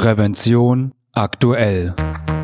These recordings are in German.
Prävention aktuell.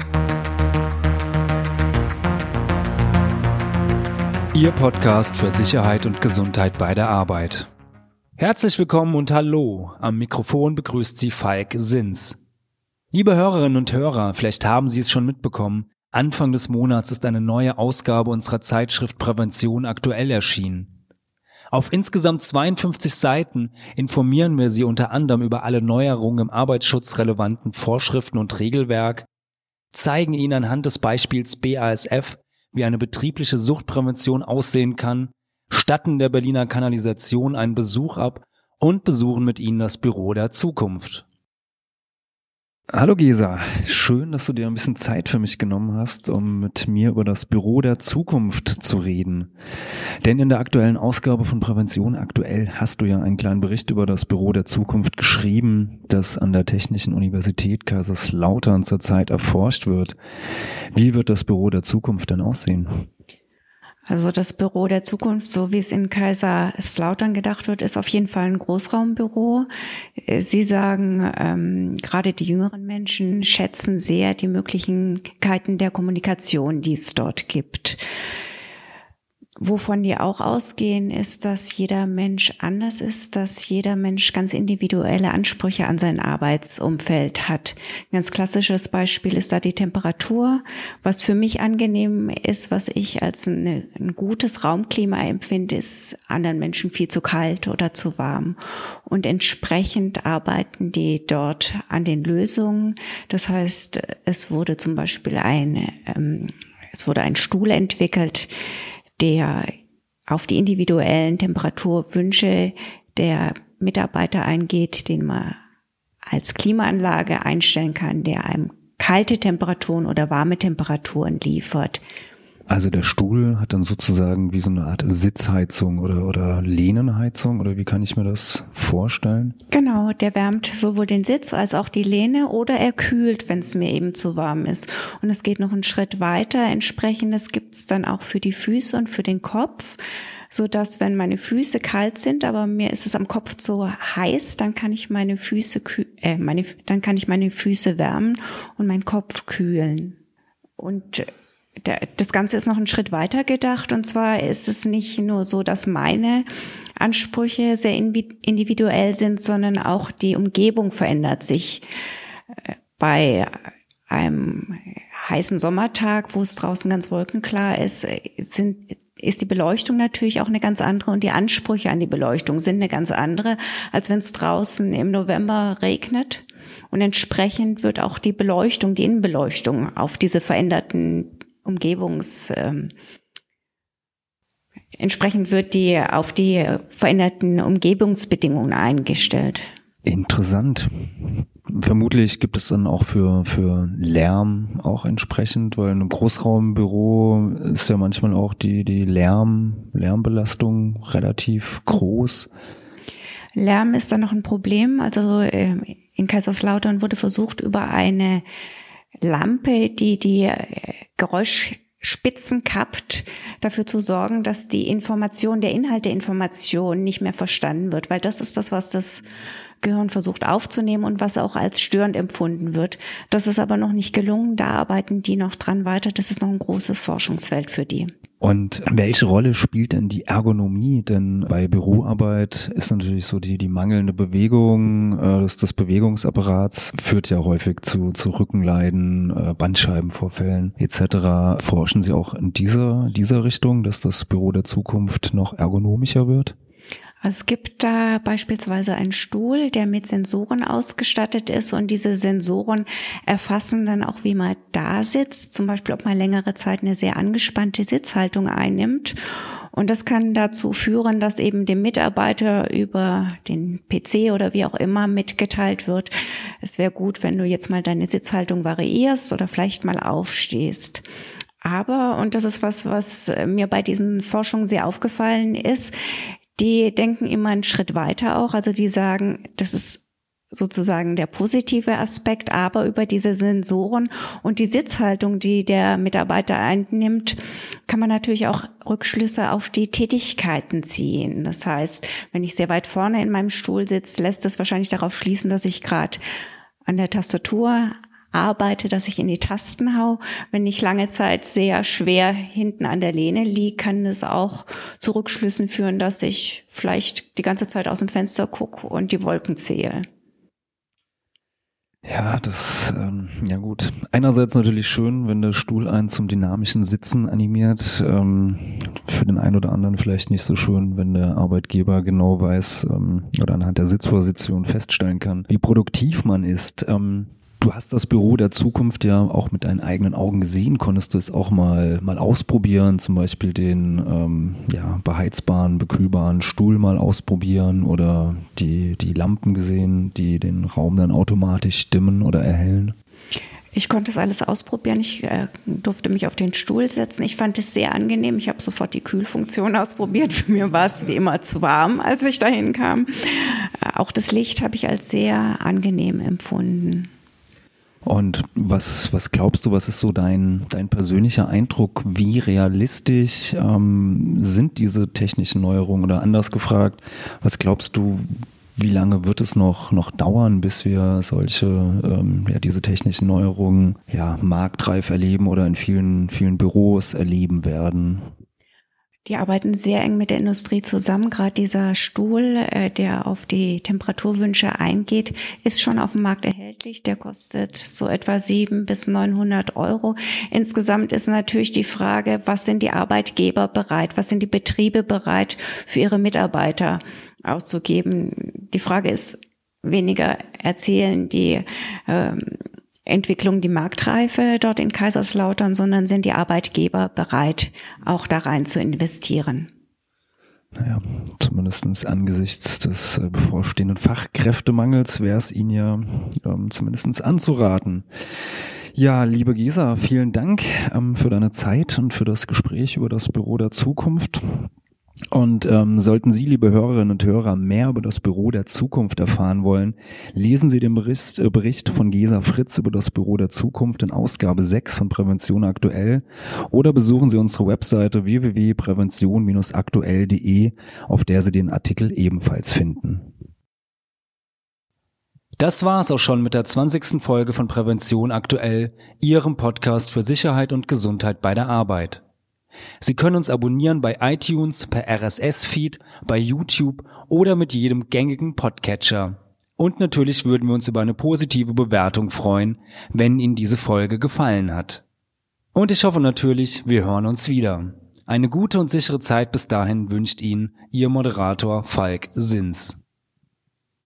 Ihr Podcast für Sicherheit und Gesundheit bei der Arbeit. Herzlich willkommen und hallo. Am Mikrofon begrüßt Sie Falk Sins. Liebe Hörerinnen und Hörer, vielleicht haben Sie es schon mitbekommen, Anfang des Monats ist eine neue Ausgabe unserer Zeitschrift Prävention aktuell erschienen. Auf insgesamt 52 Seiten informieren wir Sie unter anderem über alle Neuerungen im arbeitsschutzrelevanten Vorschriften und Regelwerk, zeigen Ihnen anhand des Beispiels BASF, wie eine betriebliche Suchtprävention aussehen kann, statten der Berliner Kanalisation einen Besuch ab und besuchen mit Ihnen das Büro der Zukunft. Hallo Gesa, schön, dass du dir ein bisschen Zeit für mich genommen hast, um mit mir über das Büro der Zukunft zu reden. Denn in der aktuellen Ausgabe von Prävention aktuell hast du ja einen kleinen Bericht über das Büro der Zukunft geschrieben, das an der Technischen Universität Kaiserslautern zurzeit erforscht wird. Wie wird das Büro der Zukunft denn aussehen? Also das Büro der Zukunft, so wie es in Kaiserslautern gedacht wird, ist auf jeden Fall ein Großraumbüro. Sie sagen, gerade die jüngeren Menschen schätzen sehr die Möglichkeiten der Kommunikation, die es dort gibt. Wovon die auch ausgehen, ist, dass jeder Mensch anders ist, dass jeder Mensch ganz individuelle Ansprüche an sein Arbeitsumfeld hat. Ein ganz klassisches Beispiel ist da die Temperatur. Was für mich angenehm ist, was ich als ein gutes Raumklima empfinde, ist anderen Menschen viel zu kalt oder zu warm. Und entsprechend arbeiten die dort an den Lösungen. Das heißt, es wurde zum Beispiel ein Stuhl entwickelt, der auf die individuellen Temperaturwünsche der Mitarbeiter eingeht, den man als Klimaanlage einstellen kann, der einem kalte Temperaturen oder warme Temperaturen liefert. Also der Stuhl hat dann sozusagen wie so eine Art Sitzheizung oder Lehnenheizung, oder wie kann ich mir das vorstellen? Genau, der wärmt sowohl den Sitz als auch die Lehne oder er kühlt, wenn es mir eben zu warm ist. Und es geht noch einen Schritt weiter. Entsprechendes gibt es dann auch für die Füße und für den Kopf, so dass wenn meine Füße kalt sind, aber mir ist es am Kopf so heiß, dann kann ich meine Füße wärmen und meinen Kopf kühlen. Und das Ganze ist noch einen Schritt weiter gedacht, und zwar ist es nicht nur so, dass meine Ansprüche sehr individuell sind, sondern auch die Umgebung verändert sich. Bei einem heißen Sommertag, wo es draußen ganz wolkenklar ist, ist die Beleuchtung natürlich auch eine ganz andere und die Ansprüche an die Beleuchtung sind eine ganz andere, als wenn es draußen im November regnet. Und entsprechend wird auch die Beleuchtung, die Innenbeleuchtung auf diese veränderten entsprechend wird die auf die veränderten Umgebungsbedingungen eingestellt. Interessant. Vermutlich gibt es dann auch für Lärm auch entsprechend, weil in einem Großraumbüro ist ja manchmal auch die Lärmbelastung relativ groß. Lärm ist dann noch ein Problem. Also in Kaiserslautern wurde versucht, über eine Lampe, die Geräuschspitzen kappt, dafür zu sorgen, dass der Inhalt der Information nicht mehr verstanden wird, weil das ist das, was das Gehirn versucht aufzunehmen und was auch als störend empfunden wird. Das ist aber noch nicht gelungen, da arbeiten die noch dran weiter, das ist noch ein großes Forschungsfeld für die. Und welche Rolle spielt denn die Ergonomie? Denn bei Büroarbeit ist natürlich so die mangelnde Bewegung des Bewegungsapparats führt ja häufig zu Rückenleiden, Bandscheibenvorfällen etc. Forschen Sie auch in dieser Richtung, dass das Büro der Zukunft noch ergonomischer wird? Es gibt da beispielsweise einen Stuhl, der mit Sensoren ausgestattet ist, und diese Sensoren erfassen dann auch, wie man da sitzt, zum Beispiel, ob man längere Zeit eine sehr angespannte Sitzhaltung einnimmt. Und das kann dazu führen, dass eben dem Mitarbeiter über den PC oder wie auch immer mitgeteilt wird, es wäre gut, wenn du jetzt mal deine Sitzhaltung variierst oder vielleicht mal aufstehst. Aber, und das ist was mir bei diesen Forschungen sehr aufgefallen ist, die denken immer einen Schritt weiter auch. Also die sagen, das ist sozusagen der positive Aspekt, aber über diese Sensoren und die Sitzhaltung, die der Mitarbeiter einnimmt, kann man natürlich auch Rückschlüsse auf die Tätigkeiten ziehen. Das heißt, wenn ich sehr weit vorne in meinem Stuhl sitze, lässt das wahrscheinlich darauf schließen, dass ich gerade an der Tastatur arbeite, dass ich in die Tasten hau. Wenn ich lange Zeit sehr schwer hinten an der Lehne liege, kann es auch zu Rückschlüssen führen, dass ich vielleicht die ganze Zeit aus dem Fenster gucke und die Wolken zähle. Ja, ja gut. Einerseits natürlich schön, wenn der Stuhl einen zum dynamischen Sitzen animiert. Für den einen oder anderen vielleicht nicht so schön, wenn der Arbeitgeber genau weiß oder anhand der Sitzposition feststellen kann, wie produktiv man ist. Du hast das Büro der Zukunft ja auch mit deinen eigenen Augen gesehen. Konntest du es auch mal ausprobieren, zum Beispiel den beheizbaren, bekühlbaren Stuhl mal ausprobieren oder die Lampen gesehen, die den Raum dann automatisch dimmen oder erhellen? Ich konnte es alles ausprobieren. Ich durfte mich auf den Stuhl setzen. Ich fand es sehr angenehm. Ich habe sofort die Kühlfunktion ausprobiert. Für mich war es wie immer zu warm, als ich dahin kam. Auch das Licht habe ich als sehr angenehm empfunden. Und was glaubst du, was ist so dein persönlicher Eindruck? Wie realistisch sind diese technischen Neuerungen? Oder anders gefragt, was glaubst du, wie lange wird es noch dauern, bis wir diese technischen Neuerungen marktreif erleben oder in vielen Büros erleben werden? Die arbeiten sehr eng mit der Industrie zusammen. Gerade dieser Stuhl, der auf die Temperaturwünsche eingeht, ist schon auf dem Markt erhältlich. Der kostet so etwa 700 bis 900 Euro. Insgesamt ist natürlich die Frage, was sind die Arbeitgeber bereit, was sind die Betriebe bereit, für ihre Mitarbeiter auszugeben. Die Frage ist weniger, erzählen die Entwicklung die Marktreife dort in Kaiserslautern, sondern sind die Arbeitgeber bereit, auch da rein zu investieren? Naja, zumindest angesichts des bevorstehenden Fachkräftemangels wäre es Ihnen ja zumindest anzuraten. Ja, liebe Gesa, vielen Dank für deine Zeit und für das Gespräch über das Büro der Zukunft. Und sollten Sie, liebe Hörerinnen und Hörer, mehr über das Büro der Zukunft erfahren wollen, lesen Sie den Bericht von Gesa Fritz über das Büro der Zukunft in Ausgabe 6 von Prävention aktuell oder besuchen Sie unsere Webseite www.prävention-aktuell.de, auf der Sie den Artikel ebenfalls finden. Das war es auch schon mit der 20. Folge von Prävention aktuell, Ihrem Podcast für Sicherheit und Gesundheit bei der Arbeit. Sie können uns abonnieren bei iTunes, per RSS-Feed, bei YouTube oder mit jedem gängigen Podcatcher. Und natürlich würden wir uns über eine positive Bewertung freuen, wenn Ihnen diese Folge gefallen hat. Und ich hoffe natürlich, wir hören uns wieder. Eine gute und sichere Zeit bis dahin wünscht Ihnen Ihr Moderator Falk Sins.